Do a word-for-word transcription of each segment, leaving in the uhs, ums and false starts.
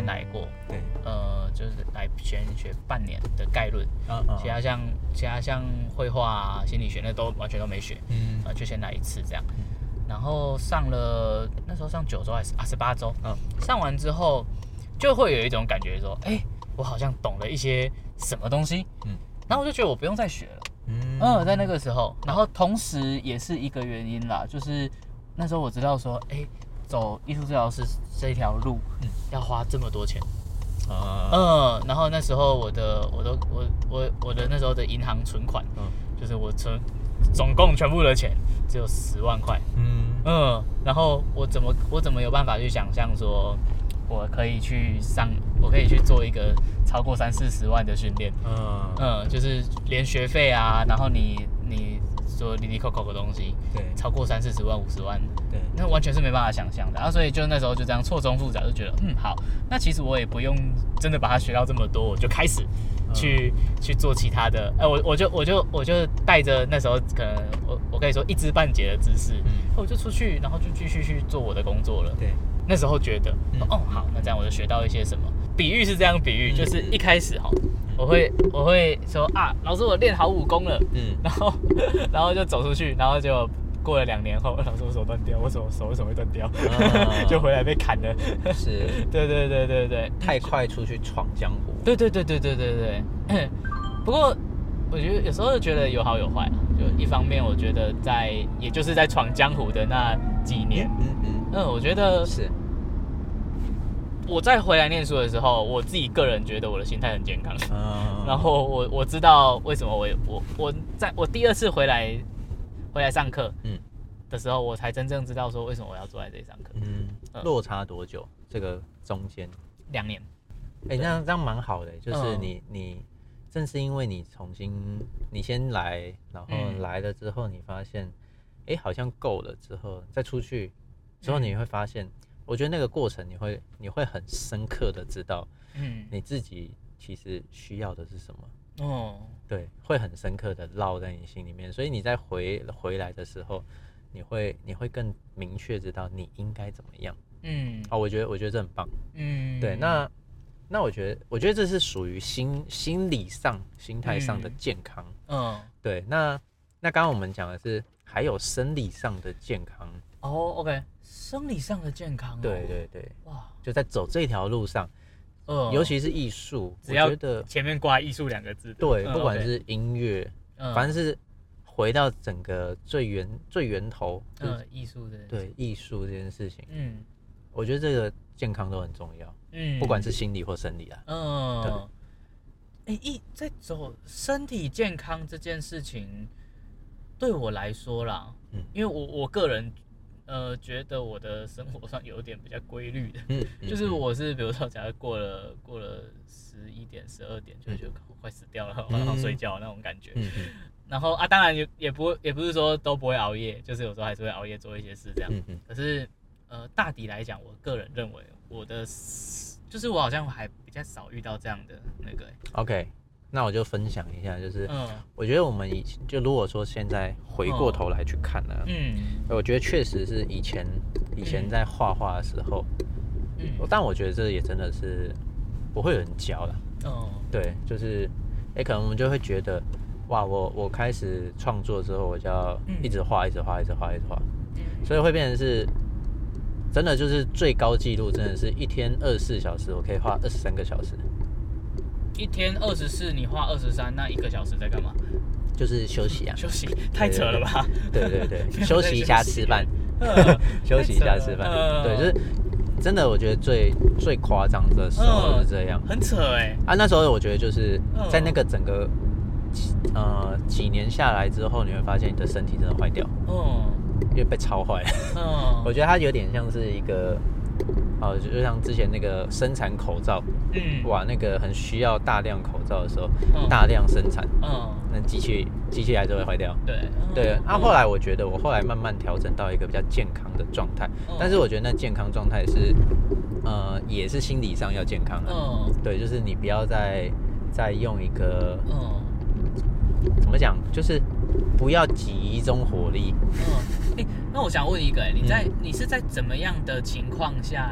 先来过， 对， 呃，就是来先学半年的概论， 嗯嗯， 其他像其他像绘画啊、心理学那都完全都没学， 嗯， 呃，就先来一次这样。然后上了那时候上九周还是啊十八周，嗯，上完之后就会有一种感觉说，哎、欸，我好像懂了一些什么东西，嗯，然后我就觉得我不用再学了，嗯，嗯，在那个时候，然后同时也是一个原因啦，就是那时候我知道说，哎、欸，走艺术治疗师这条路，嗯，要花这么多钱。Uh, 嗯，然后那时候我的我的我我我的那时候的银行存款，嗯，就是我存总共全部的钱只有十万块，嗯嗯，然后我怎么我怎么有办法去想象说，我可以去上，我可以去做一个超过三四十万的训练，嗯嗯，就是连学费啊，然后你你说哩哩扣扣的东西，对，超过三四十万五十万，对，那完全是没办法想象的，然后所以就那时候就这样错综复杂，就觉得嗯好，那其实我也不用真的把它学到这么多，我就开始去、嗯、去做其他的，哎、呃，我我就我就我就带着那时候可能我我可以说一知半解的知识，嗯，我就出去，然后就继续去做我的工作了，对，那时候觉得，嗯、哦好，那这样我就学到一些什么，比喻是这样比喻，嗯、就是一开始哈。我会我会说啊，老师我练好武功了，嗯，然后然后就走出去，然后就过了两年后，老师我手断掉，我手手为什么会断掉？哦、就回来被砍了。 是， 对对对对对， 太快出去闯江湖。 对对对对对对对。不过我觉得有时候觉得有好有坏，就一方面我觉得在也就是在闯江湖的那几年，嗯嗯嗯，我觉得是。我在回来念书的时候，我自己个人觉得我的心态很健康，嗯、然后我我知道为什么我我我在我第二次回来回来上课的时候，我才真正知道说为什么我要坐在这里上课。嗯， 落差多久？这个中间两年。 哎、欸，这样这样蛮好的，就是你、嗯、你正是因为你重新你先来，然后来了之后，你发现哎、欸、好像够了之后，再出去之后你会发现。嗯，我觉得那个过程你会你会很深刻的知道，嗯，你自己其实需要的是什么，哦，对，会很深刻的烙在你心里面，所以你在回回来的时候，你会你会更明确知道你应该怎么样，嗯，哦，我觉得我觉得这很棒，嗯，对，那那我觉得我觉得这是属于心心理上心态上的健康，嗯，对，那那刚刚我们讲的是还有生理上的健康。 哦 ，OK， 生理上的健康、哦， 对对对，哇，就在走这条路上，呃，尤其是艺术， 只要前面挂艺术两个字， 对，不管是音乐，嗯、反正是回到整个最源最源头， 嗯，艺术的， 对，艺术这件事情，嗯，我觉得这个健康都很重要，嗯，不管是心理或生理啊，嗯， 哎，一在走身体健康这件事情，对我来说啦，嗯，因为我我个人。呃，觉得我的生活上有点比较规律的，嗯嗯、就是我是比如说，假如过了过了十一点、十二点，就会觉得快死掉了，我想睡觉那种感觉。嗯嗯、然后啊，当然也也不也不是说都不会熬夜，就是有时候还是会熬夜做一些事这样。嗯嗯、可是呃，大抵来讲，我个人认为我的就是我好像还比较少遇到这样的那个、欸。 OK。那我就分享一下，就是，嗯，我觉得我们以前就如果说现在回过头来去看呢，嗯，我觉得确实是以前以前在画画的时候，嗯，但我觉得这也真的是不会有人教啦，哦，对，就是，哎、欸，可能我们就会觉得，哇，我我开始创作之后，我就要一直画，一直画，一直画，一直画，所以会变成是，真的就是最高纪录，真的是一天二十四小时，我可以画二十三个小时。 一天二十四，你画二十三，那一个小时在干嘛？ 就是休息啊。 休息，太扯了吧？ 对对 对, 對，休息加吃饭，休息加吃饭，对，就是真的，我觉得最最夸张的时候是这样， 很扯哎、欸。 啊，那时候我觉得就是在那个整个呃几年下来之后，你会发现你的身体真的坏掉，嗯，因为被操坏了。嗯，我觉得它有点像是一个。哦，就像之前那个生产口罩，嗯，哇，那个很需要大量口罩的时候，嗯、大量生产，嗯，那机器机器还是会坏掉，对，对。那、啊、后来我觉得我后来慢慢调整到一个比较健康的状态，嗯、但是我觉得那健康状态是，呃，也是心理上要健康的，嗯，对，就是你不要再再用一个，嗯，怎么讲，就是不要集中火力， 嗯。欸、那我想问一个、欸，你在、嗯、你是在怎么样的情况下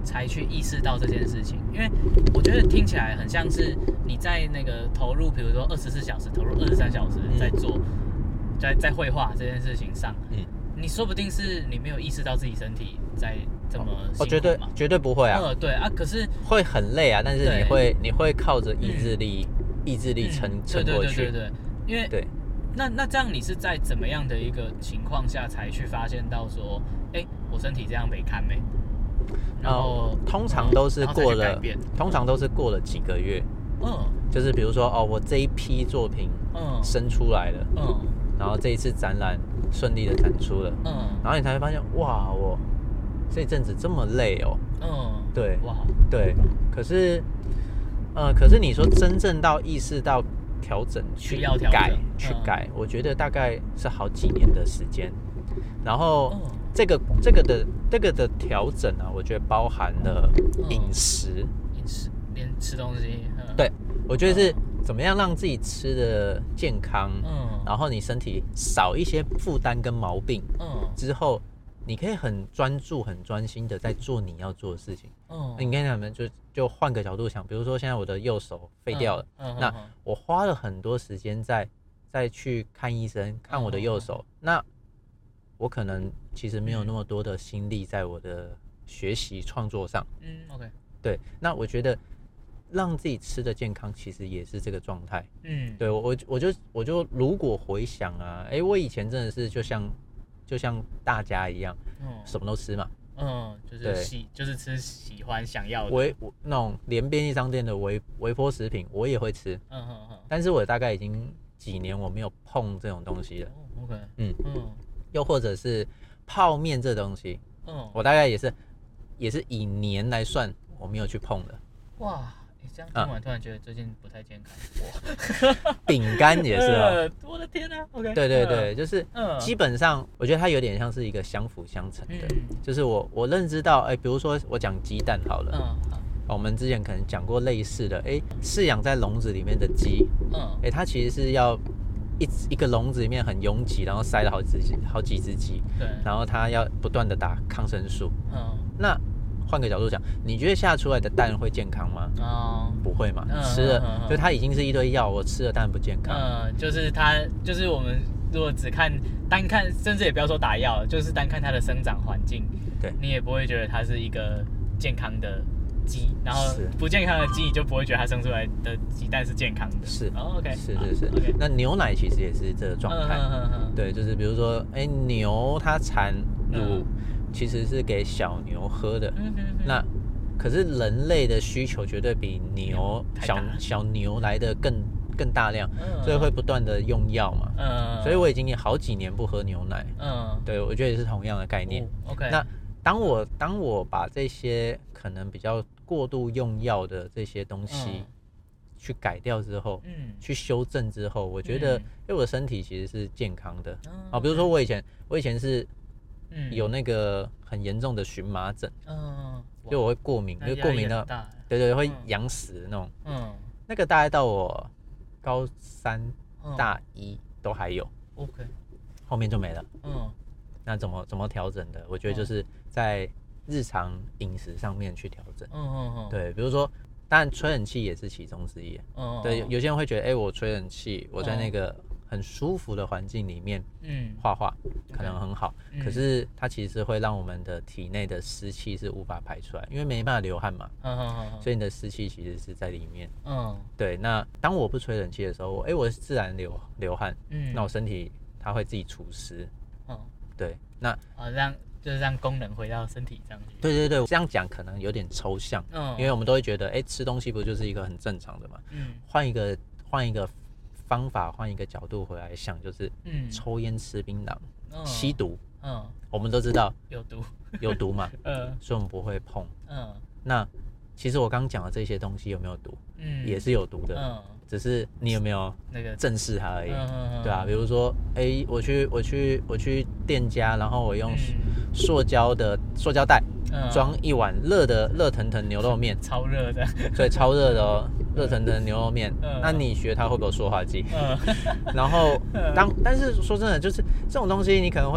才去意识到这件事情？因为我觉得听起来很像是你在那个投入，比如说二十四小时投入二十三小时在做，嗯、在在绘画这件事情上，嗯，你说不定是你没有意识到自己身体在这么辛苦嘛。 我觉得绝对不会啊。 嗯，对啊，可是会很累啊，但是你会你会靠着意志力、嗯、意志力撑撑、嗯、过去。 对对对对对，因为对。那那这样你是在怎么样的一个情况下才去发现到说，哎、欸，我身体这样没看没？然后、 嗯、通常都是过了，通常都是过了几个月，嗯，就是比如说哦，我这一批作品嗯生出来了，嗯，然后这一次展览顺利的展出了，嗯，然后你才会发现哇，我这阵子这么累哦，嗯，对，哇，对，可是，呃，可是你说真正到意识到。调整去改去改，我觉得大概是好几年的时间。然后这个这个的这个的调整啊，我觉得包含了饮食， 饮食连吃东西。 对，我觉得是怎么样让自己吃的健康，嗯，然后你身体少一些负担跟毛病，嗯，之后你可以很专注、很专心的在做你要做的事情。嗯，你跟他们就就换个角度想，比如说现在我的右手废掉了，嗯嗯、那我花了很多时间在再去看医生，看我的右手，嗯、那我可能其实没有那么多的心力在我的学习创作上。嗯 ，OK， 对，那我觉得让自己吃的健康，其实也是这个状态。嗯，对我我就我就如果回想啊，哎、欸，我以前真的是就像就像大家一样，嗯，什么都吃嘛。 嗯，就是喜就是吃喜欢想要的， 微那种连便利商店的微微波食品我也会吃，嗯嗯嗯，但是我大概已经几年我没有碰这种东西了。哦、OK， 嗯嗯，又或者是泡面这东西，嗯，我大概也是也是以年来算，我没有去碰的。 哇，你这样听完突然觉得最近不太健康。哇， 饼干也是啊、 喔，我的天啊 ！OK， 对对对，就是基本上我觉得它有点像是一个相辅相成的，嗯、就是我我认知到，哎、欸，比如说我讲鸡蛋好了，嗯，好，我们之前可能讲过类似的，哎、欸，饲养在笼子里面的鸡，嗯，哎、欸，它其实是要一一个笼子里面很拥挤，然后塞了好几只好几只鸡，对，然后它要不断的打抗生素，嗯，那。换个角度讲，你觉得下出来的蛋会健康吗？哦，不会嘛，嗯、吃了、嗯嗯、就它已经是一堆药，我吃了蛋不健康。 嗯，就是它，就是我们如果只看单看，甚至也不要说打药，就是单看它的生长环境，对，你也不会觉得它是一个健康的鸡，然后不健康的鸡，你就不会觉得它生出来的鸡蛋是健康的。 是， 哦 ，OK， 是是是 ，OK。那牛奶其实也是这个状态，嗯嗯嗯、对，就是比如说，哎、欸，牛它产乳。嗯其实是给小牛喝的，嗯、哼哼那可是人类的需求绝对比牛小小牛来的更更大量，嗯、所以会不断的用药嘛，嗯、所以我已经好几年不喝牛奶，嗯、对我觉得也是同样的概念。哦、OK， 那当我当我把这些可能比较过度用药的这些东西、嗯、去改掉之后，嗯、去修正之后，我觉得，因为我的身体其实是健康的，嗯、啊，比如说我以前我以前是。有那个很严重的荨麻疹，嗯，就我会过敏，就过敏的，对对，会痒死的那种，嗯，那个大概到我高三、大一都还有 ，OK， 后面就没了，嗯，那怎么怎么调整的？我觉得就是在日常饮食上面去调整，嗯嗯嗯，对，比如说，当然吹冷气也是其中之一，嗯，对，有些人会觉得，哎，我吹冷气，我在那个。很舒服的环境里面，嗯，画画可能很好，嗯、可是它其实会让我们的体内的湿气是无法排出来，因为没办法流汗嘛，嗯嗯嗯、所以你的湿气其实是在里面，嗯，对。那当我不吹冷气的时候，我哎、欸，我自然流流汗，嗯，那我身体它会自己除湿，嗯，对。那啊，让就是让功能回到身体上去。 对对对，这样讲可能有点抽象，嗯，因为我们都会觉得，哎、欸，吃东西不就是一个很正常的嘛，嗯，换一个换一个。方法换一个角度回来想，就是抽烟、吃槟榔、嗯、吸毒，嗯，我们都知道有毒， 有毒嘛，嗯，所以我们不会碰，嗯。那其实我刚刚讲的这些东西有没有毒？嗯，也是有毒的，嗯，只是你有没有那个正视它而已，嗯、对啊，比如说，哎、欸，我去我去我去店家，然后我用塑胶的塑胶袋装一碗热的热腾腾牛肉面， 超热的， 对，超热的哦。热腾腾的牛肉面，嗯、那你学它会不会有塑化剂？嗯、然后当但是说真的，就是这种东西你可能会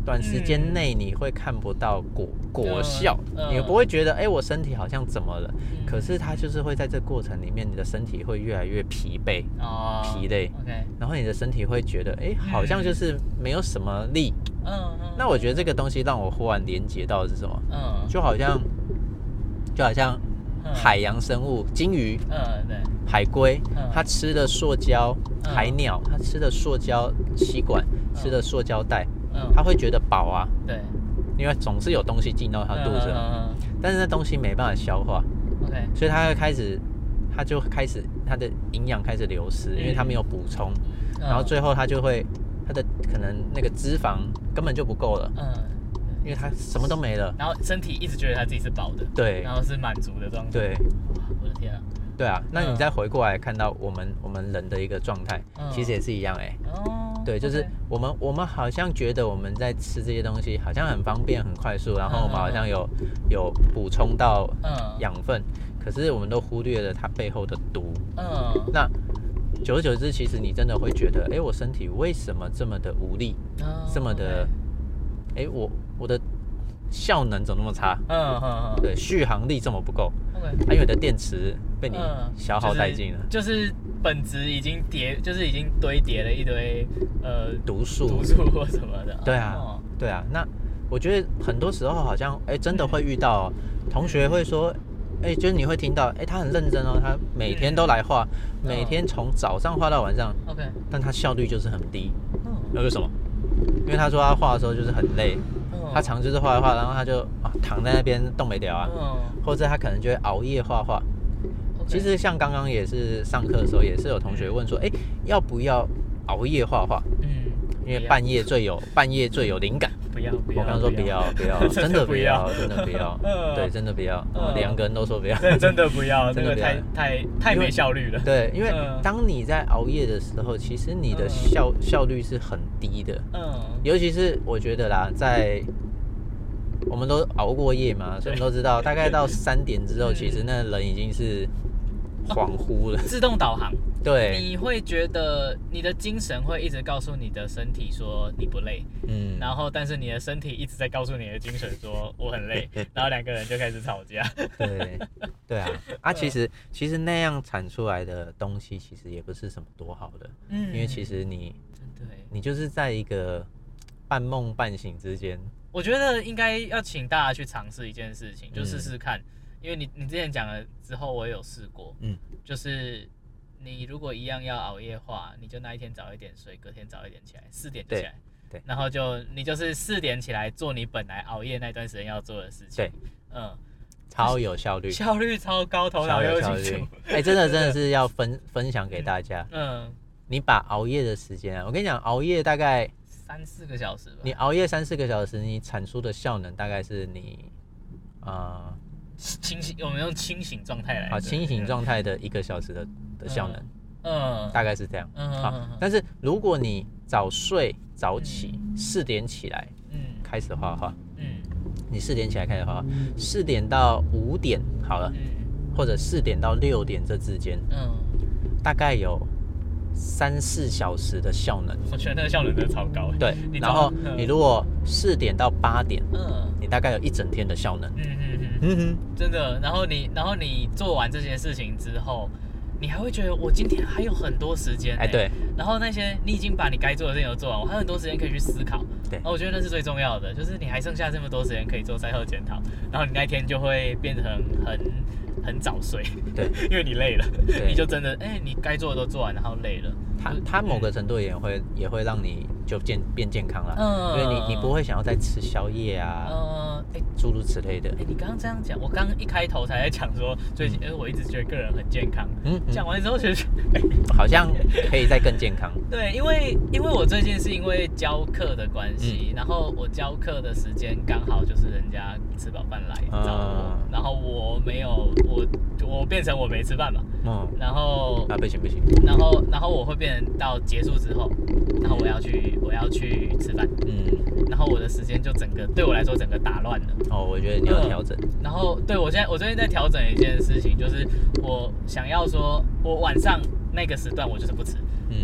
短时间内你会看不到果果效，嗯、你不会觉得哎、欸，我身体好像怎么了？嗯、可是它就是会在这过程里面，你的身体会越来越疲惫、哦、疲累， okay. 然后你的身体会觉得哎、欸，好像就是没有什么力。嗯嗯。那我觉得这个东西让我忽然连接到的是什么？嗯，就好像就好像海洋生物，鲸鱼，嗯，对，海龟，嗯、它吃的塑胶，嗯、海鸟它吃的塑胶吸管，嗯、吃的塑胶袋。他会觉得饱啊，对，因为总是有东西进到他肚子，嗯嗯嗯、但是那东西没办法消化 ，OK， 所以他会开始，他就开始他的营养开始流失，嗯、因为他没有补充，嗯、然后最后他就会他的可能那个脂肪根本就不够了，嗯，因为他什么都没了， 然后身体一直觉得他自己是饱的，对，然后是满足的状态， 对， 我的天啊！ 对啊，那你再回过来看到我们我们人的一个状态，嗯、其实也是一样哎、欸。哦，对，就是我们 okay. 我们好像觉得我们在吃这些东西好像很方便很快速，然后我们好像有、嗯、有补充到养分，嗯、可是我们都忽略了它背后的毒。嗯，那久而久之，其实你真的会觉得，哎，我身体为什么这么的无力，哦、这么的，哎，我我的效能怎么那么差？嗯嗯嗯，对，续航力这么不够。Okay. 啊、因为你的电池被你消耗殆尽了、 嗯就是，就是本质已经叠，就是已经堆叠了一堆呃毒素、 毒素或什么的。 对啊，哦、对啊。那我觉得很多时候好像，哎，真的会遇到、哦嗯、同学会说，哎，就是你会听到，哎，他很认真哦，他每天都来画，嗯、每天从早上画到晚上。OK， 但他效率就是很低。嗯，那为什么？因为他说他画的时候就是很累。他常就是画一画，然后他就、啊、躺在那边动没掉啊，嗯、或者他可能就会熬夜画画。Okay. 其实像刚刚也是上课的时候，也是有同学问说，哎，要不要熬夜画画？嗯，因为半夜最有半夜最有灵感。 不要，不要， 我刚刚说不要，不要，真的不要，真的不要，对，真的不要。嗯、两个人都说不要， 对，真的不要，真的太太太没效率了。 对，因为当你在熬夜的时候，其实你的效、嗯、效率是很低的。嗯，尤其是我觉得啦，在我们都熬过夜嘛，所以我们都知道，大概到三点之后，其实那人已经是恍惚了。 哦、自动导航， 对， 你会觉得你的精神会一直告诉你的身体说你不累，嗯，然后但是你的身体一直在告诉你的精神说我很累，然后两个人就开始吵架。 对，对啊，啊，其实其实那样产出来的东西，其实也不是什么多好的，嗯，因为其实你，对，你就是在一个半梦半醒之间。 我觉得应该要请大家去尝试一件事情，就试试看，嗯、因为你你之前讲了之后，我也有试过，嗯，就是你如果一样要熬夜画，你就那一天早一点睡，隔天早一点起来，四点就起来，对，对然后就你就是四点起来做你本来熬夜那段时间要做的事情， 对，嗯，超有效率， 效率超高，头脑又清楚， 哎、欸，真的真的是要分分享给大家，嗯，你把熬夜的时间啊，我跟你讲，熬夜大概。 三四个小时吧。 你熬夜三四个小时，你产出的效能大概是你，呃， 清醒，我们用清醒状态来。 好，清醒状态的一个小时的的效能，嗯，大概是这样。嗯，好，但是如果你早睡早起，四、嗯、点起来，嗯，开始画画，嗯，你四点起来开始画画，四、嗯、点到五点好了，嗯，或者四点到六点这之间，嗯，大概有。三四小时的效能， 我觉得那个效能真的超高。 对，然后你如果四点到八点，嗯，你大概有一整天的效能。嗯嗯嗯嗯哼， 真的。然后你，然后你做完这些事情之后，你还会觉得我今天还有很多时间、欸。哎， 对。 然后那些你已经把你该做的事情都做完，我还有很多时间可以去思考。对。然后我觉得那是最重要的，就是你还剩下这么多时间可以做赛后检讨，然后你那一天就会变成很。很早睡，对，因为你累了，你就真的，哎、欸，你该做的都做完，然后累了。 它它某个程度也会、嗯、也会让你就健变健康了，嗯，因为你你不会想要再吃宵夜啊，嗯，哎，诸如此类的。 哎、欸，你刚刚这样讲，我刚一开头才在讲说，最近，哎、嗯欸，我一直觉得个人很健康，嗯，讲完之后觉得，欸、 好像可以再更健康。 对，因为因为我最近是因为教课的关系、嗯，然后我教课的时间刚好就是人家吃饱饭来找我、嗯，然后我没有我我变成我没吃饭嘛，嗯，然后啊不行不行， 然后然后我会变成到结束之后，然后我要去我要去吃饭，嗯，然后我的时间就整个对我来说整个打乱了。 哦，我觉得你要调整、嗯。 然后对我现在我最近在调整一件事情，就是我想要说，我晚上那个时段我就是不吃，嗯。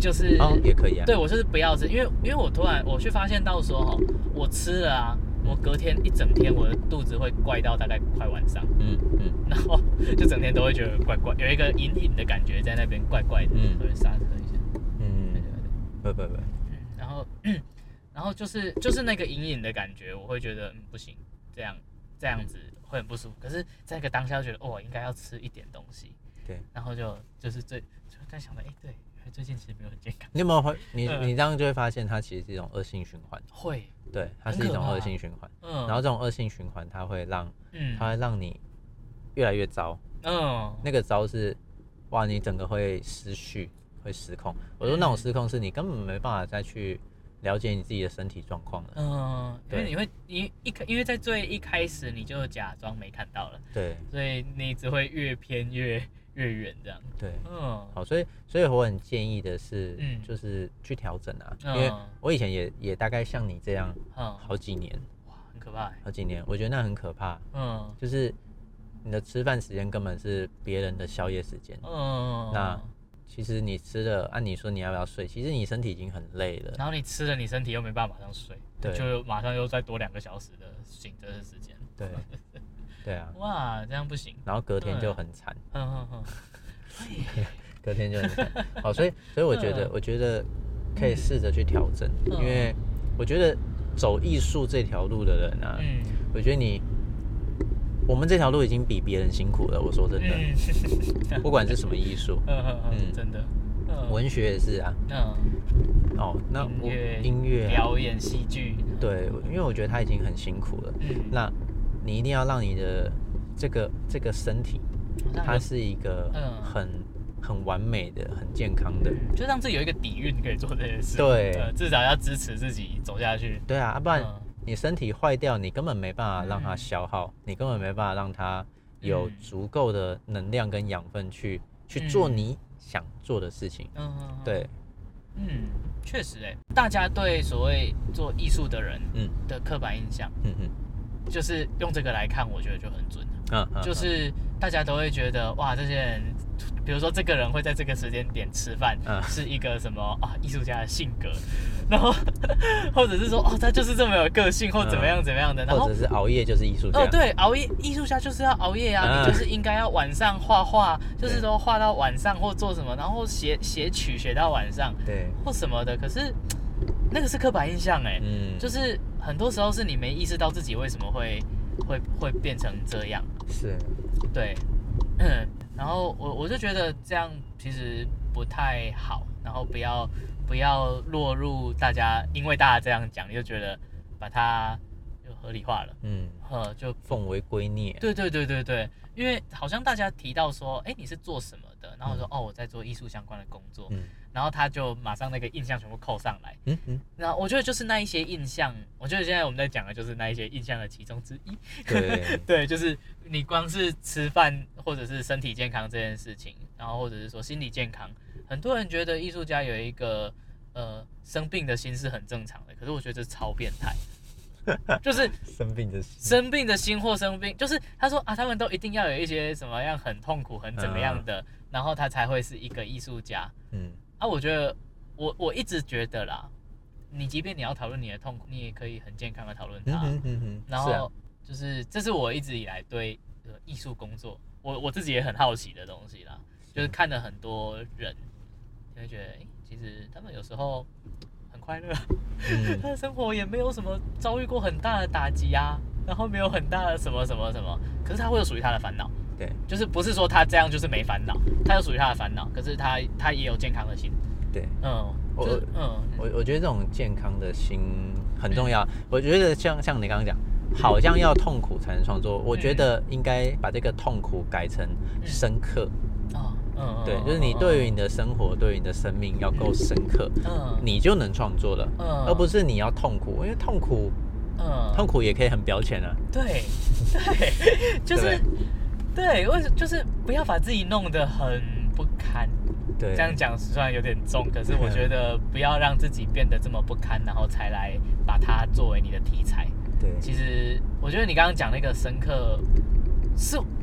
就是哦也可以啊。 对我就是不要吃，因为因为我突然我去发现到说哈，我吃了啊，我隔天一整天我的肚子会怪到大概快晚上，嗯嗯，然后就整天都会觉得怪怪，有一个隐隐的感觉在那边怪怪的，嗯，会刹车一下，嗯，对对对， 不不不， 然后然后就是就是那个隐隐的感觉，我会觉得嗯不行，这样这样子会很不舒服，可是在那个当下就觉得哦应该要吃一点东西，对，然后就就是最就在想到哎对。最近其实没有很健康。 你有没有会你你这样就会发现它其实是一种恶性循环。 会， 对，它是一种恶性循环。嗯，然后这种恶性循环它会让，嗯，它会让你越来越糟。嗯，那个糟是，哇，你整个会失序，会失控。我说那种失控是你根本没办法再去了解你自己的身体状况了。嗯，因为你会你一因为在最一开始你就假装没看到了。对，所以你只会越偏越。越远这样，对，嗯，好，所以所以我很建议的是，嗯，就是去调整啊，嗯、因为我以前也也大概像你这样，嗯，好几年，哇，很可怕，好几年，我觉得那很可怕，嗯，就是你的吃饭时间根本是别人的宵夜时间，嗯，那其实你吃了，按你说你要不要睡，其实你身体已经很累了，然后你吃了，你身体又没办法马上睡，对，就马上又再多两个小时的醒着的时间，对。对啊，哇，这样不行，然后隔天就很惨，嗯嗯嗯，隔天就很惨，好，所以所以我觉得，我觉得可以试着去调整，因为我觉得走艺术这条路的人啊，嗯，我觉得你，我们这条路已经比别人辛苦了，我说真的，嗯、不管是什么艺术，嗯嗯嗯，真的，文学也是啊，嗯，哦，那音乐、音乐、表演、戏剧，对，因为我觉得他已经很辛苦了，嗯，那。你一定要让你的这个这个身体，它是一个很、嗯、很完美的、很健康的，就让自己有一个底蕴可以做这件事。对、呃，至少要支持自己走下去。对啊，不然你身体坏掉，你根本没办法让它消耗，嗯、你根本没办法让它有足够的能量跟养分去、嗯、去做你想做的事情。嗯，对，嗯，确实哎，大家对所谓做艺术的人的刻板印象，嗯嗯。就是用这个来看，我觉得就很准了。嗯，就是大家都会觉得，哇，这些人，比如说这个人会在这个时间点吃饭，嗯、是一个什么啊艺术家的性格，然后或者是说，哦，他就是这么有个性，或怎么样怎么样的，然后或者是熬夜就是艺术家。哦，对，熬夜艺术家就是要熬夜啊，嗯、你就是应该要晚上画画，就是说画到晚上或做什么，然后写写曲写到晚上，对，或什么的。可是那个是刻板印象哎，嗯，就是。很多时候是你没意识到自己为什么会会会变成这样，是，对，嗯，然后我我就觉得这样其实不太好，然后不要不要落入大家因为大家这样讲，就觉得把它就合理化了，嗯，呵，就奉为圭臬，对对对对对，因为好像大家提到说，哎，你是做什么的？然后说，嗯、哦，我在做艺术相关的工作，嗯。然后他就马上那个印象全部扣上来，嗯嗯，然后我觉得就是那一些印象，我觉得现在我们在讲的就是那一些印象的其中之一，对对，就是你光是吃饭或者是身体健康这件事情，然后或者是说心理健康，很多人觉得艺术家有一个呃生病的心是很正常的，可是我觉得这超变态。就是生病的心，生病的心或生病，就是他说啊，他们都一定要有一些什么样很痛苦、很怎么样的，嗯、然后他才会是一个艺术家。嗯，啊，我觉得我我一直觉得啦，你即便你要讨论你的痛苦，你也可以很健康的讨论它。嗯嗯嗯。然后是、啊、就是这是我一直以来对艺术工作，我我自己也很好奇的东西啦，就是看了很多人，就会觉得，哎、欸，其实他们有时候。很快乐，嗯、他的生活也没有什么遭遇过很大的打击啊，然后没有很大的什么什么什么，可是他会有属于他的烦恼，对，就是不是说他这样就是没烦恼，他有属于他的烦恼，可是他他也有健康的心，对，嗯，我嗯我我觉得这种健康的心很重要，嗯、我觉得像像你刚刚讲，好像要痛苦才能创作，我觉得应该把这个痛苦改成深刻。嗯哦嗯，对，就是你对于你的生活，嗯、对于你的生命要够深刻，嗯，你就能创作了，嗯，而不是你要痛苦，因为痛苦，嗯，痛苦也可以很表浅啊，对，对，就是对，为就是不要把自己弄得很不堪，对，这样讲虽然有点重，可是我觉得不要让自己变得这么不堪，然后才来把它作为你的题材，对，其实我觉得你刚刚讲那个深刻是。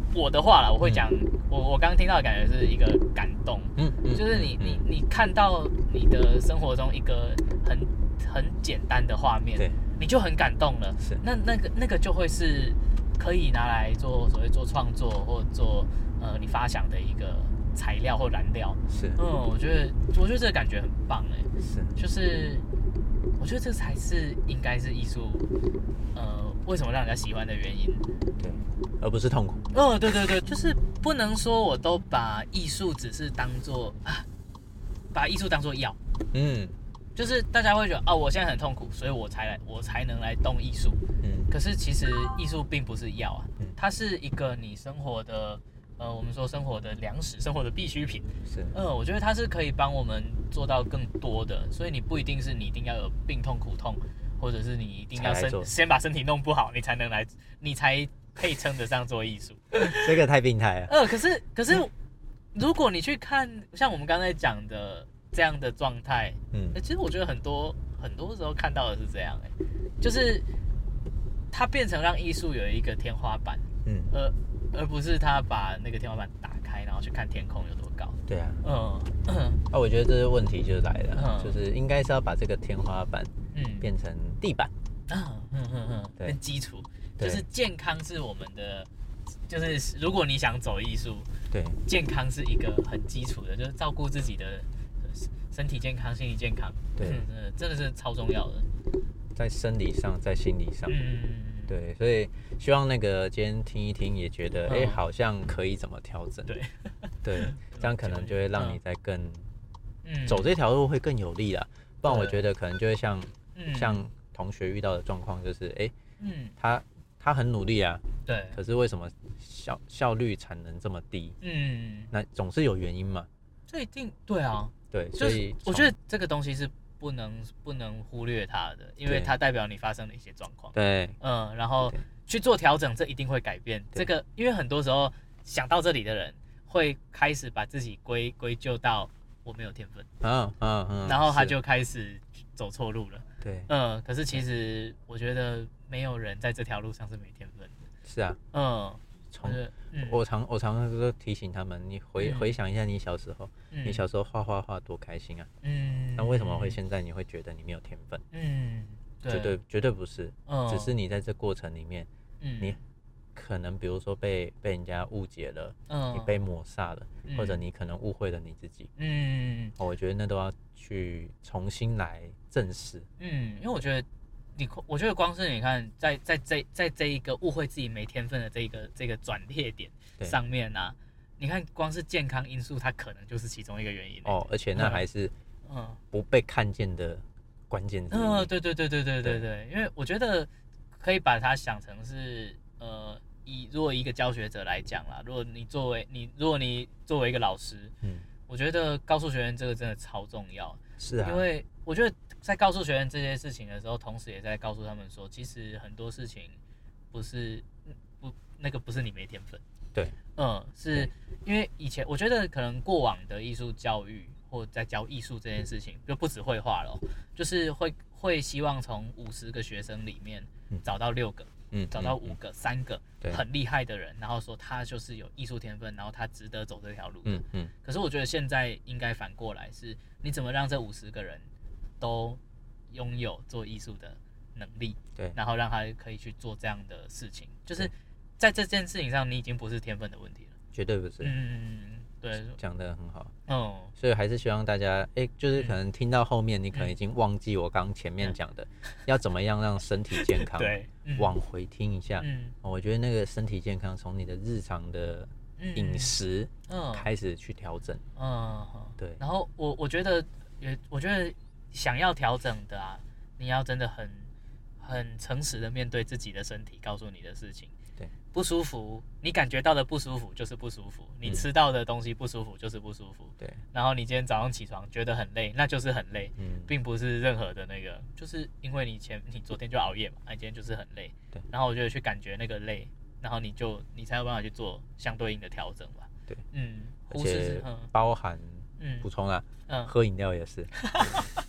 我的话啦，我会讲、嗯、我我刚刚听到的感觉是一个感动，嗯，嗯就是你、嗯、你你看到你的生活中一个很很简单的画面，对，你就很感动了，是，那那个那个就会是可以拿来做所谓做创作或做呃你发想的一个材料或燃料，是，嗯，我觉得我觉得这个感觉很棒哎，是，就是我觉得这才是应该是艺术，呃，为什么让人家喜欢的原因， 对，而不是痛苦。 哦，对对对，就是不能说我都把艺术只是当做啊，把艺术当做药，嗯，就是大家会觉得哦，我现在很痛苦，所以我才来，我才能来动艺术，嗯，可是其实艺术并不是药啊，它是一个你生活的。呃，我们说生活的粮食，生活的必需品，是，呃，我觉得它是可以帮我们做到更多的，所以你不一定是你一定要有病痛苦痛，或者是你一定要身先把身体弄不好，你才能来，你才可以称得上做艺术。 这个太病态了。 呃，可是可是，如果你去看像我们刚才讲的这样的状态，嗯，其实我觉得很多很多时候看到的是这样、欸，哎，就是它变成让艺术有一个天花板，嗯，呃。而不是他把那个天花板打开，然后去看天空有多高。 对啊，嗯，啊，我觉得这个问题就来了，嗯、就是应该是要把这个天花板，嗯，变成地板，啊， 嗯嗯嗯，跟基础，就是健康是我们的，就是如果你想走艺术，对，健康是一个很基础的，就是照顾自己的身体健康、心理健康，对，嗯，真的是超重要的， 在生理上，在心理上，嗯。对，所以希望那个今天听一听，也觉得哎、嗯欸，好像可以怎么调整。对，对，这样可能就会让你在更、嗯、走这条路会更有利啦。不然我觉得可能就会像、嗯、像同学遇到的状况，就是哎、欸，嗯，他他很努力啊，对，可是为什么效效率产能这么低？嗯，那总是有原因嘛。 这一定对啊， 对，所以我觉得这个东西是。不能不能忽略它的，因为它代表你发生了一些状况。对，嗯，然后去做调整，这一定会改变这个。因为很多时候想到这里的人，会开始把自己归归咎到我没有天分，嗯嗯嗯，然后他就开始走错路了。对，嗯，可是其实我觉得没有人在这条路上是没天分的。 是啊，嗯。从我常我常常都提醒他们，你回、嗯、回想一下你小时候，嗯、你小时候画画画多开心啊！嗯，那为什么会现在你会觉得你没有天分？嗯，对绝对绝对不是，嗯、只是你在这过程里面，嗯、你可能比如说被被人家误解了，嗯、你被抹煞了，嗯、或者你可能误会了你自己。嗯，我觉得那都要去重新来正视。 嗯，因为我觉得。你我觉得光是你看在在这在这一个误会自己没天分的这个这个转捩点上面啊，你看光是健康因素，它可能就是其中一个原因哦，而且那还是嗯不被看见的关键之一。 嗯，对对对对对对对，因为我觉得可以把它想成是呃，以如果一个教学者来讲啦，如果你作为你如果你作为一个老师，嗯，我觉得告诉学员这个真的超重要。 是啊， 因为我觉得。在告诉学员这些事情的时候，同时也在告诉他们说，其实很多事情不是不那个不是你没天分， 对， 嗯，是因为以前我觉得可能过往的艺术教育或在教艺术这件事情，就不止绘画了，就是会会希望从五十个学生里面找到六个，嗯，找到五个、三个很厉害的人，然后说他就是有艺术天分，然后他值得走这条路，嗯嗯。可是我觉得现在应该反过来是，你怎么让这五十个人都拥有做艺术的能力，对，然后让他可以去做这样的事情，就是在这件事情上，你已经不是天分的问题了， 绝对不是。 嗯，对， 讲得很好。哦，所以还是希望大家，哎、欸，就是可能听到后面，你可能已经忘记我刚前面讲的，嗯、要怎么样让身体健康，对，嗯、往回听一下。嗯，我觉得那个身体健康从你的日常的饮食开始去调整。嗯，对。 然后我我觉得也，我觉得。想要调整的啊，你要真的很很诚实的面对自己的身体，告诉你的事情。对，不舒服，你感觉到的不舒服就是不舒服，你吃到的东西不舒服就是不舒服。对，然后你今天早上起床觉得很累，那就是很累，嗯，并不是任何的那个，就是因为你前你昨天就熬夜嘛，你今天就是很累。对，然后我就去感觉那个累，然后你就你才有办法去做相对应的调整吧。 对，嗯，而且包含。嗯，补充啊，嗯，喝饮料也是，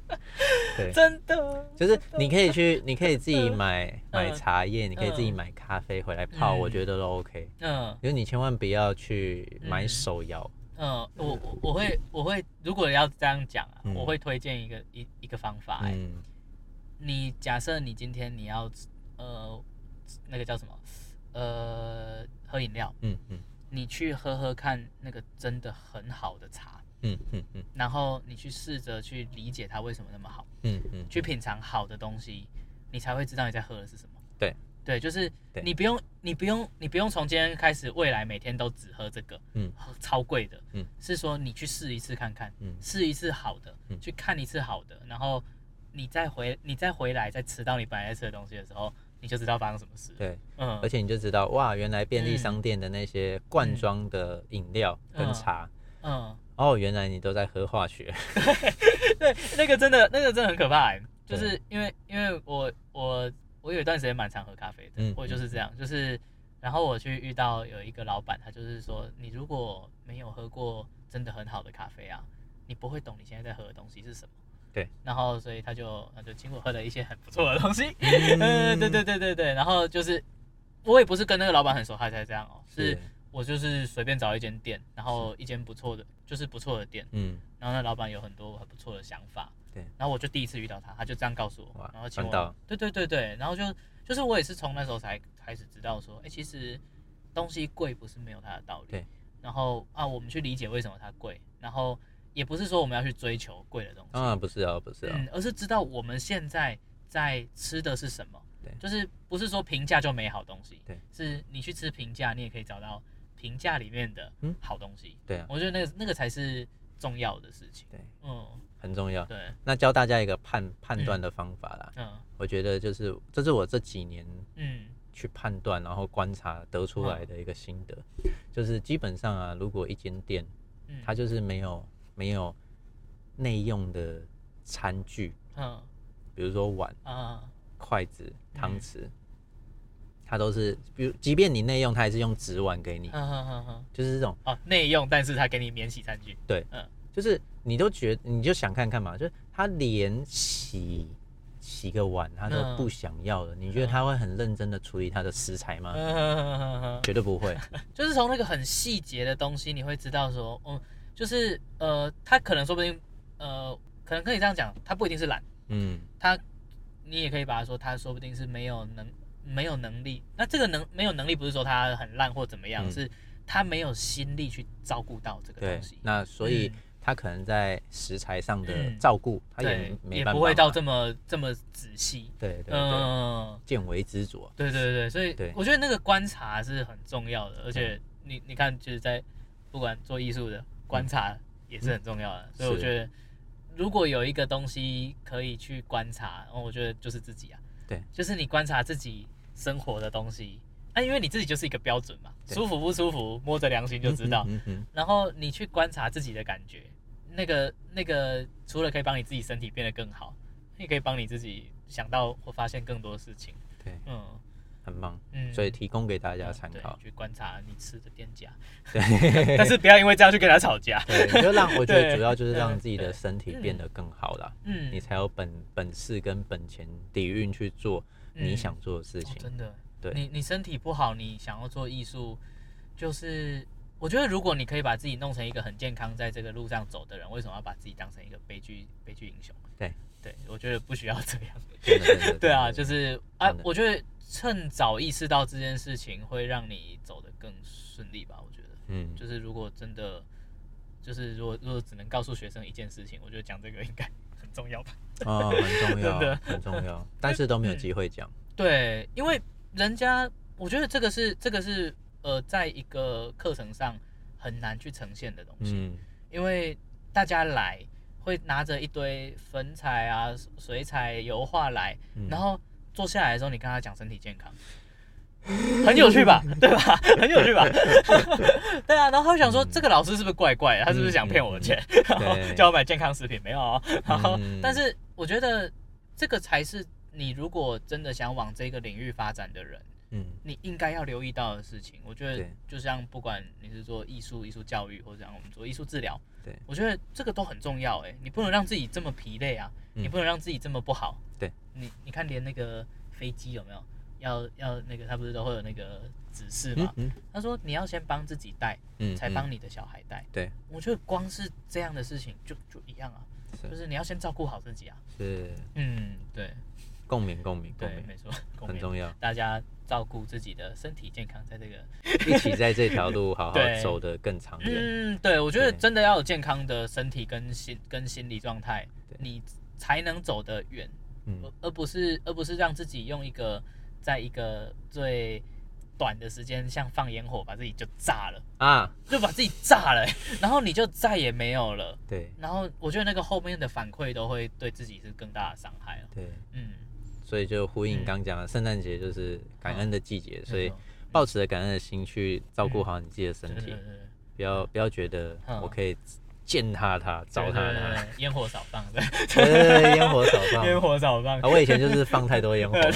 对， 真的， 就是你可以去，你可以自己买买茶叶，你可以自己买咖啡回来泡，我觉得都 OK。嗯，因为你千万不要去买手摇。 嗯，我我我会我会，如果要这样讲啊，我会推荐一个一一个方法。嗯，你假设你今天你要呃那个叫什么呃喝饮料，嗯嗯，你去喝喝看那个真的很好的茶。嗯嗯嗯，然后你去试着去理解它为什么那么好，嗯嗯，去品尝好的东西，你才会知道你在喝的是什么。 对对，就是你不用你不用你不用从今天开始，未来每天都只喝这个，嗯，超贵的，嗯，是说你去试一次看看，嗯，试一次好的，嗯，去看一次好的，然后你再回你再回来再吃到你本来在吃的东西的时候，你就知道发生什么事。 对，嗯，而且你就知道哇，原来便利商店的那些罐装的饮料跟茶，嗯。嗯哦，原来你都在喝化学。 对，那个真的，那个真的很可怕、欸。就是因为，因为我我我有一段时间蛮常喝咖啡的，嗯、我就是这样，就是然后我去遇到有一个老板，他就是说，你如果没有喝过真的很好的咖啡啊，你不会懂你现在在喝的东西是什么。 对， 然后所以他就他就请我喝了一些很不错的东西。嗯，对对对对对，然后就是我也不是跟那个老板很熟，他才这样哦、喔，是。我就是随便找一间店，然后一间不错的，就是不错的店，嗯，然后那老板有很多很不错的想法，对，然后我就第一次遇到他，他就这样告诉我，然后请我，对对对对，然后就就是我也是从那时候才开始知道说，哎、欸，其实东西贵不是没有它的道理，对，然后啊，我们去理解为什么它贵，然后也不是说我们要去追求贵的东西， 啊，不是啊，不是啊， 嗯，而是知道我们现在在吃的是什么，对，就是不是说平价就没好东西，对，是你去吃平价，你也可以找到。评价里面的好东西，嗯、对啊，我觉得那个那个才是重要的事情， 对，嗯，很重要。 对， 那教大家一个判判断的方法啦，嗯，我觉得就是这是我这几年嗯去判断然后观察得出来的一个心得，嗯、就是基本上啊，如果一间店，嗯、它就是没有没有内用的餐具，嗯，比如说碗啊、筷子、汤匙。嗯它都是，比如，即便你内用，它还是用纸碗给你，嗯嗯嗯嗯，就是这种哦，内用，但是它给你免洗餐具， 对，嗯，就是你都觉得，你就想看看嘛，就是他连洗洗个碗他都不想要了，嗯、你觉得他会很认真的处理他的食材吗？嗯嗯嗯嗯、绝对不会， 就是从那个很细节的东西，你会知道说，嗯，就是呃，他可能说不定，呃，可能可以这样讲，他不一定是懒，嗯，他你也可以把他说，他说不定是没有能。没有能力，那这个能没有能力不是说他很烂或怎么样，嗯、是他没有心力去照顾到这个东西。 那所以他可能在食材上的照顾，嗯、他也没办法， 也不会到这么这么仔细。 对对对，嗯，见微知著。 对对对，所以我觉得那个观察是很重要的，而且你你看，就是在不管做艺术的观察也是很重要的，嗯、所以我觉得如果有一个东西可以去观察，然后我觉得就是自己啊， 对， 就是你观察自己。生活的东西，啊，因为你自己就是一个标准嘛，舒服不舒服，摸着良心就知道。嗯嗯嗯、然后你去观察自己的感觉，那个那个，除了可以帮你自己身体变得更好，也可以帮你自己想到或发现更多事情。 对，嗯，很棒，嗯，所以提供给大家参考， 去观察你吃的店家。对，但是不要因为这样去跟他吵架。 对，就让我觉得主要就是让自己的身体变得更好啦。嗯，你才有本本事跟本钱底蕴去做。你想做的事情、嗯哦、 真的，对，你你身体不好，你想要做艺术，就是我觉得如果你可以把自己弄成一个很健康，在这个路上走的人，为什么要把自己当成一个悲剧悲剧英雄？ 对对，我觉得不需要这样。对啊，就是啊，我觉得趁早意识到这件事情，会让你走得更顺利吧。我觉得，嗯，就是如果真的，就是如果如果只能告诉学生一件事情，我觉得讲这个应该。很重要吧？ 哦，很重要，很重要，但是都没有机会讲、嗯。 对，因为人家，我觉得这个是这个是呃，在一个课程上很难去呈现的东西，嗯、因为大家来会拿着一堆粉彩啊、水彩、油画来，嗯、然后坐下来的时候，你跟他讲身体健康。很有趣吧，对吧？很有趣吧，对啊。然后他想说，这个老师是不是怪怪的？他是不是想骗我的钱，然后叫我买健康食品？没有啊。然后，但是我觉得这个才是你如果真的想往这个领域发展的人， 嗯，你应该要留意到的事情。我觉得就像不管你是做艺术、艺术教育，或者像我们做艺术治疗，对，我觉得这个都很重要。哎，你不能让自己这么疲累啊，嗯、你不能让自己这么不好。 对， 你你看连那个飞机有没有要要那个，他不是都会有那个指示嘛？嗯嗯、他说你要先帮自己带，嗯，才帮你的小孩带。对，我觉得光是这样的事情就就一样啊，就是你要先照顾好自己啊。 是， 嗯，对。 共鸣，共鸣， 对，没错， 很重要。 大家照顾自己的身体健康，在这个一起在这条路好好走得更长远。 嗯，对，我觉得真的要有健康的身体跟心跟心理状态，你才能走得远。嗯，而不是而不是让自己用一个在一个最短的时间，像放烟火把自己就炸了啊，就把自己炸了、欸，然后你就再也没有了。对，然后我觉得那个后面的反馈都会对自己是更大的伤害了。 对，嗯。所以就呼应刚讲的，圣诞节就是感恩的季节，所以抱持着感恩的心去照顾好你自己的身体，不要不要觉得我可以践踏它、糟蹋它。 烟火少放，对对对，烟火少放， 烟火少放。 我以前就是放太多烟火，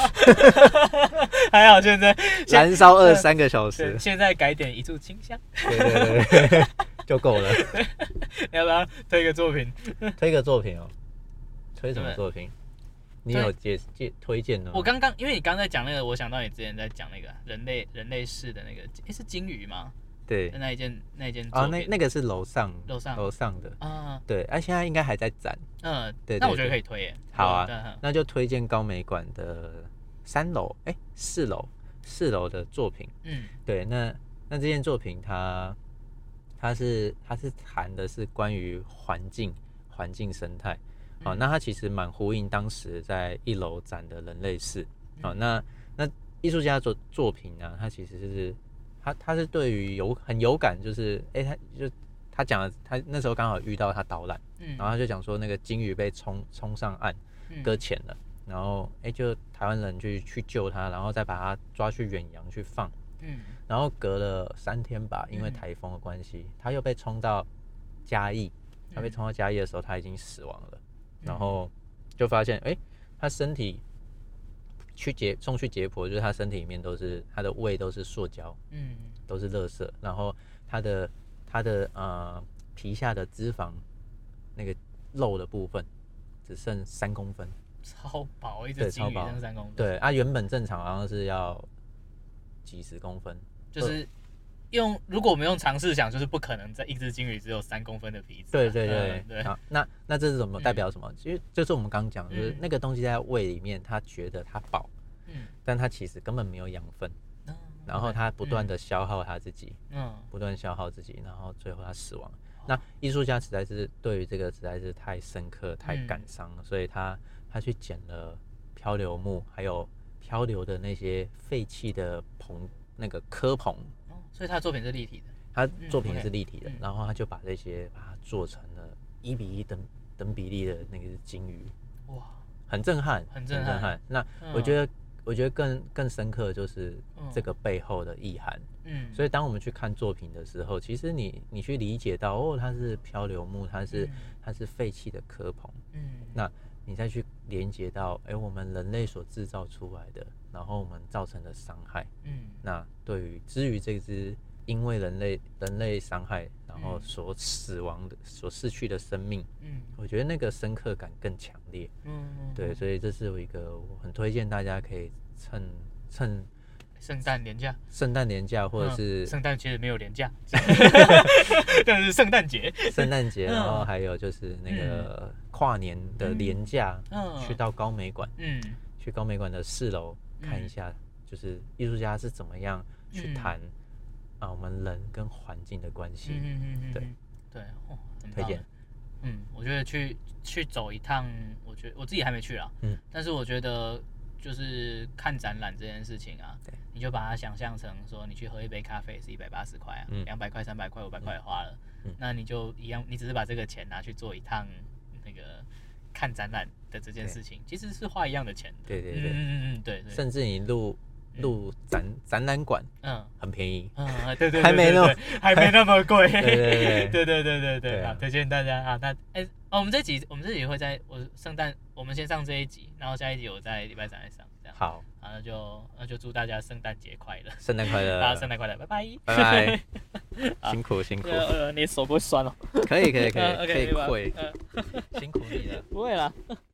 还好现在燃烧二十三个小时， 现在改点一束清香， 对对对，就够了。 要不要推个作品？ 推个作品哦，推什么作品？你有介介推荐的吗？ 我刚刚因为你刚才讲那个，我想到你之前在讲那个人类人类世的那个，哎，是鲸鱼吗？ 对， 那一件那一件啊，那那个是楼上楼上楼上的啊，对，哎、啊，现在应该还在展。 嗯，对，那我觉得可以推耶。 好啊，那就推荐高美馆的三楼，哎，四楼四楼的作品。嗯，对，那那这件作品它它是它是谈的是关于环境环境生态。好、哦，那它其实蛮呼应当时在一楼展的人类世。好、哦，那那艺术家作作品呢，他其实是他他是对于有很有感，就是哎、欸，他就他讲了，他那时候刚好遇到他导览，嗯，然后他就讲说那个鲸鱼被冲冲上岸，搁浅了，嗯、然后哎、欸，就台湾人去去救他，然后再把他抓去远洋去放，嗯，然后隔了三天吧，因为台风的关系，他又被冲到嘉义，他被冲到嘉义的时候，他已经死亡了。然后就发现，哎、欸，他身体去解送去解剖，就是他身体里面都是他的胃都是塑胶，嗯，都是垃圾。然后他的他的呃皮下的脂肪那个肉的部分只剩三公分， 超薄，一只鲸鱼剩三公分。 对啊，原本正常好像是要几十公分， 就是。用如果我们用常识想，就是不可能在一只鲸鱼只有三公分的皮质、啊。 对对对、嗯、对。好，那那这是什么？代表什么？其实、嗯、就是我们刚刚讲，就是那个东西在胃里面，它觉得它饱，嗯，但它其实根本没有养分，嗯、然后它不断的消耗它自己，嗯，不断消耗自己，然后最后它死亡。嗯、那艺术家实在是对于这个实在是太深刻、太感伤了，嗯、所以他他去捡了漂流木，还有漂流的那些废弃的棚，那个科棚。 所以他的作品是立体的， 他作品也是立体的，嗯 okay、然后他就把这些把它做成了一比一等等比例的那个鲸鱼，哇，很震撼， 很震撼。震撼那我觉得，嗯、我觉得更更深刻的就是这个背后的意涵。嗯，所以当我们去看作品的时候，其实你你去理解到，哦，它是漂流木，它是、嗯、它是废弃的科棚，嗯，那你再去连接到，哎、欸，我们人类所制造出来的。然后我们造成的伤害，嗯，那对于至于这只因为人类人类伤害，然后所死亡的、嗯、所逝去的生命，嗯，我觉得那个深刻感更强烈，嗯，对，所以这是我一个我很推荐大家可以趁趁圣诞连假， 圣诞连假或者是圣诞其实没有连假，但是圣诞节， 圣诞节，然后还有就是那个跨年的连假，嗯，去到高美馆，嗯，去高美馆的四楼。看一下，就是艺术家是怎么样去谈、嗯、啊，我们人跟环境的关系。嗯嗯嗯对对，哦，很推荐。 嗯，我觉得去去走一趟，我觉得我自己还没去啦。嗯，但是我觉得就是看展览这件事情啊，你就把它想象成说，你去喝一杯咖啡是一百八十块啊，两百块、三百块、五百块花了，嗯、那你就一样，你只是把这个钱拿去做一趟那个。看展览的这件事情，其实是花一样的钱的。 对对对， 嗯嗯嗯对对。 甚至你入录展展览馆，嗯，很便宜， 嗯，对对， 还没那么还没那么贵， 对对对对对对对对，好，推荐大家啊，那哎，哦，我们这集我们这集会在我圣诞，我们先上这一集，然后下一集我在礼拜三来上，这样。 好， 啊，那就那就祝大家圣诞节快乐， 圣诞快乐， 大家圣诞快乐，拜拜， 拜拜，辛苦辛苦， 呃，你手不会酸哦？ 可以可以可以可以可以会，辛苦你了， 不会啦。